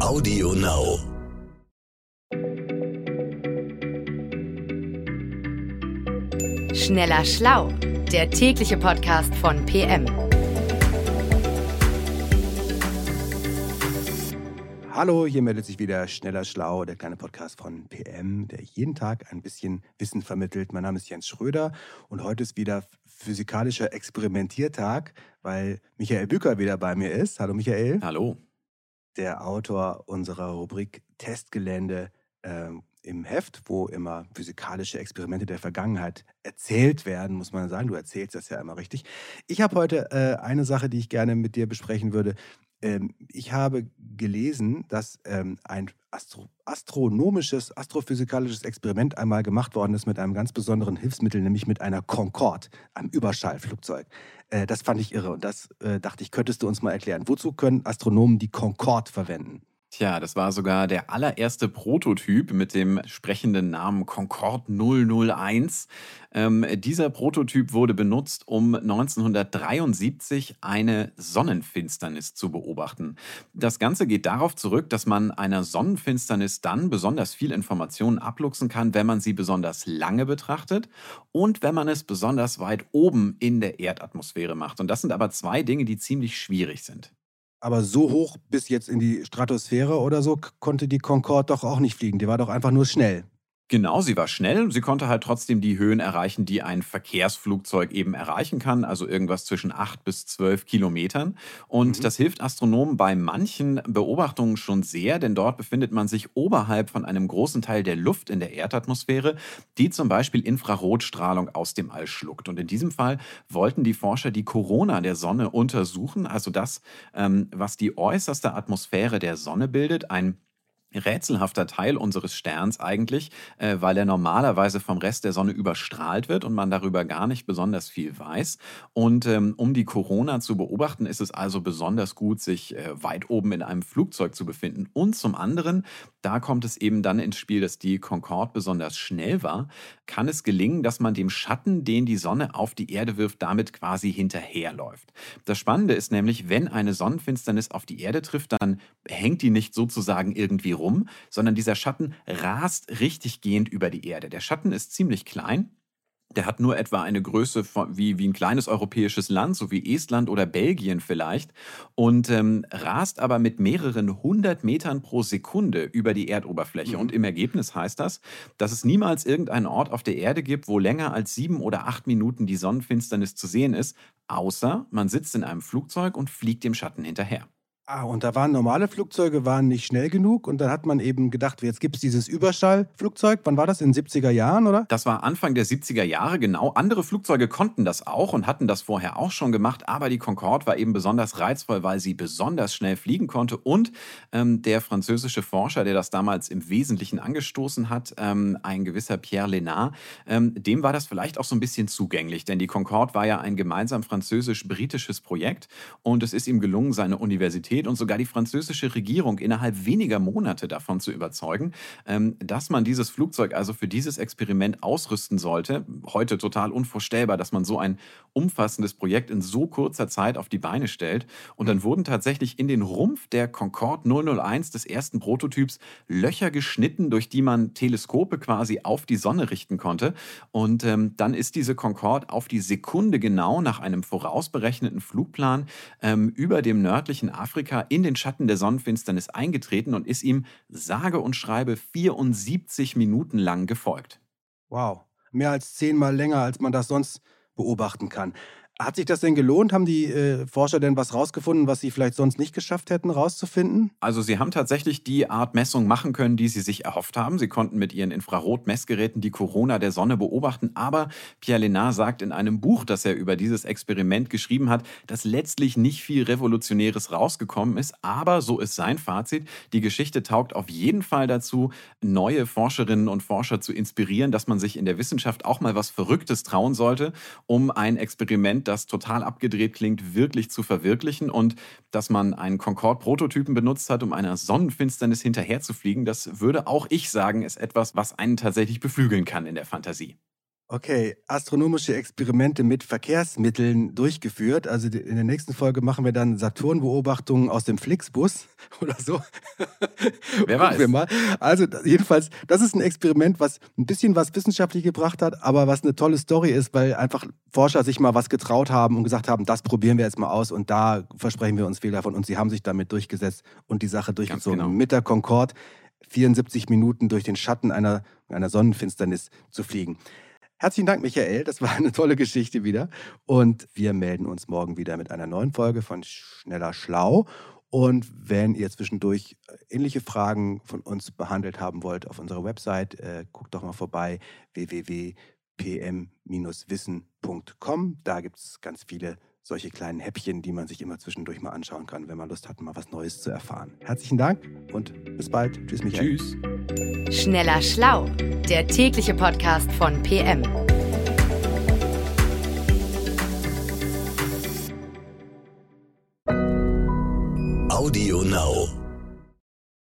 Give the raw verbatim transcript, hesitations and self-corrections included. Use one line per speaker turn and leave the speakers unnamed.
Audio Now.
Schneller Schlau, der tägliche Podcast von P M.
Hallo, hier meldet sich wieder Schneller Schlau, der kleine Podcast von P M, der jeden Tag ein bisschen Wissen vermittelt. Mein Name ist Jens Schröder und heute ist wieder physikalischer Experimentiertag, weil Michael Bücker wieder bei mir ist. Hallo Michael.
Hallo.
Der Autor unserer Rubrik Testgelände äh, im Heft, wo immer physikalische Experimente der Vergangenheit erzählt werden, muss man sagen. Du erzählst das ja immer richtig. Ich habe heute äh, eine Sache, die ich gerne mit dir besprechen würde. Ähm, ich habe gelesen, dass ähm, ein Astro- astronomisches, astrophysikalisches Experiment einmal gemacht worden ist mit einem ganz besonderen Hilfsmittel, nämlich mit einer Concorde, einem Überschallflugzeug. Äh, das fand ich irre und das äh, dachte ich, könntest du uns mal erklären. Wozu können Astronomen die Concorde verwenden?
Tja, das war sogar der allererste Prototyp mit dem sprechenden Namen Concorde null null eins. Ähm, dieser Prototyp wurde benutzt, um neunzehnhundertdreiundsiebzig eine Sonnenfinsternis zu beobachten. Das Ganze geht darauf zurück, dass man einer Sonnenfinsternis dann besonders viel Informationen abluchsen kann, wenn man sie besonders lange betrachtet und wenn man es besonders weit oben in der Erdatmosphäre macht. Und das sind aber zwei Dinge, die ziemlich schwierig sind.
Aber so hoch bis jetzt in die Stratosphäre oder so k- konnte die Concorde doch auch nicht fliegen. Die war doch einfach nur schnell.
Genau, sie war schnell. Sie konnte halt trotzdem die Höhen erreichen, die ein Verkehrsflugzeug eben erreichen kann, also irgendwas zwischen acht bis zwölf Kilometern. Und
Mhm.
das hilft Astronomen bei manchen Beobachtungen schon sehr, denn dort befindet man sich oberhalb von einem großen Teil der Luft in der Erdatmosphäre, die zum Beispiel Infrarotstrahlung aus dem All schluckt. Und in diesem Fall wollten die Forscher die Korona der Sonne untersuchen, also das, ähm, was die äußerste Atmosphäre der Sonne bildet, ein rätselhafter Teil unseres Sterns eigentlich, äh, weil er normalerweise vom Rest der Sonne überstrahlt wird und man darüber gar nicht besonders viel weiß. Und ähm, um die Korona zu beobachten, ist es also besonders gut, sich äh, weit oben in einem Flugzeug zu befinden. Und zum anderen, da kommt es eben dann ins Spiel, dass die Concorde besonders schnell war, kann es gelingen, dass man dem Schatten, den die Sonne auf die Erde wirft, damit quasi hinterherläuft. Das Spannende ist nämlich, wenn eine Sonnenfinsternis auf die Erde trifft, dann hängt die nicht sozusagen irgendwie rum, sondern dieser Schatten rast richtig gehend über die Erde. Der Schatten ist ziemlich klein. Der hat nur etwa eine Größe von, wie, wie ein kleines europäisches Land, so wie Estland oder Belgien vielleicht, und ähm, rast aber mit mehreren hundert Metern pro Sekunde über die Erdoberfläche.
Mhm.
Und im Ergebnis heißt das, dass es niemals irgendeinen Ort auf der Erde gibt, wo länger als sieben oder acht Minuten die Sonnenfinsternis zu sehen ist, außer man sitzt in einem Flugzeug und fliegt dem Schatten hinterher.
Ah, und da waren normale Flugzeuge, waren nicht schnell genug und dann hat man eben gedacht, jetzt gibt es dieses Überschallflugzeug. Wann war das? In den siebziger Jahren, oder?
Das war Anfang der siebziger Jahre, genau. Andere Flugzeuge konnten das auch und hatten das vorher auch schon gemacht, aber die Concorde war eben besonders reizvoll, weil sie besonders schnell fliegen konnte. Und ähm, der französische Forscher, der das damals im Wesentlichen angestoßen hat, ähm, ein gewisser Pierre Lénard, ähm, dem war das vielleicht auch so ein bisschen zugänglich, denn die Concorde war ja ein gemeinsam französisch-britisches Projekt und es ist ihm gelungen, seine Universität und sogar die französische Regierung innerhalb weniger Monate davon zu überzeugen, ähm, dass man dieses Flugzeug also für dieses Experiment ausrüsten sollte. Heute total unvorstellbar, dass man so ein umfassendes Projekt in so kurzer Zeit auf die Beine stellt. Und dann wurden tatsächlich in den Rumpf der Concorde null null eins des ersten Prototyps Löcher geschnitten, durch die man Teleskope quasi auf die Sonne richten konnte. Und ähm, dann ist diese Concorde auf die Sekunde genau nach einem vorausberechneten Flugplan ähm, über dem nördlichen Afrika in den Schatten der Sonnenfinsternis eingetreten und ist ihm sage und schreibe vierundsiebzig Minuten lang gefolgt.
Wow. Mehr als zehnmal länger, als man das sonst beobachten kann. Hat sich das denn gelohnt? Haben die äh, Forscher denn was rausgefunden, was sie vielleicht sonst nicht geschafft hätten, rauszufinden?
Also sie haben tatsächlich die Art Messung machen können, die sie sich erhofft haben. Sie konnten mit ihren Infrarotmessgeräten die Korona der Sonne beobachten. Aber Pierre Lénard sagt in einem Buch, das er über dieses Experiment geschrieben hat, dass letztlich nicht viel Revolutionäres rausgekommen ist. Aber, so ist sein Fazit, die Geschichte taugt auf jeden Fall dazu, neue Forscherinnen und Forscher zu inspirieren, dass man sich in der Wissenschaft auch mal was Verrücktes trauen sollte, um ein Experiment, das total abgedreht klingt, wirklich zu verwirklichen. Und dass man einen Concorde-Prototypen benutzt hat, um einer Sonnenfinsternis hinterherzufliegen, das würde auch ich sagen, ist etwas, was einen tatsächlich beflügeln kann in der Fantasie.
Okay, astronomische Experimente mit Verkehrsmitteln durchgeführt. Also in der nächsten Folge machen wir dann Saturn-Beobachtungen aus dem Flixbus oder so.
Wer
Gucken wir
weiß.
mal. Also jedenfalls, das ist ein Experiment, was ein bisschen was wissenschaftlich gebracht hat, aber was eine tolle Story ist, weil einfach Forscher sich mal was getraut haben und gesagt haben, das probieren wir jetzt mal aus und da versprechen wir uns viel davon. Und sie haben sich damit durchgesetzt und die Sache durchgezogen.
genau.
Mit der Concorde vierundsiebzig Minuten durch den Schatten einer, einer Sonnenfinsternis zu fliegen. Herzlichen Dank, Michael. Das war eine tolle Geschichte wieder. Und wir melden uns morgen wieder mit einer neuen Folge von Schneller Schlau. Und wenn ihr zwischendurch ähnliche Fragen von uns behandelt haben wollt auf unserer Website, äh, guckt doch mal vorbei, w w w punkt p m Bindestrich wissen punkt com. Da gibt es ganz viele solche kleinen Häppchen, die man sich immer zwischendurch mal anschauen kann, wenn man Lust hat, mal was Neues zu erfahren. Herzlichen Dank und bis bald. Tschüss, Michael.
Tschüss.
Schneller Schlau, der tägliche Podcast von P M.
Audio Now.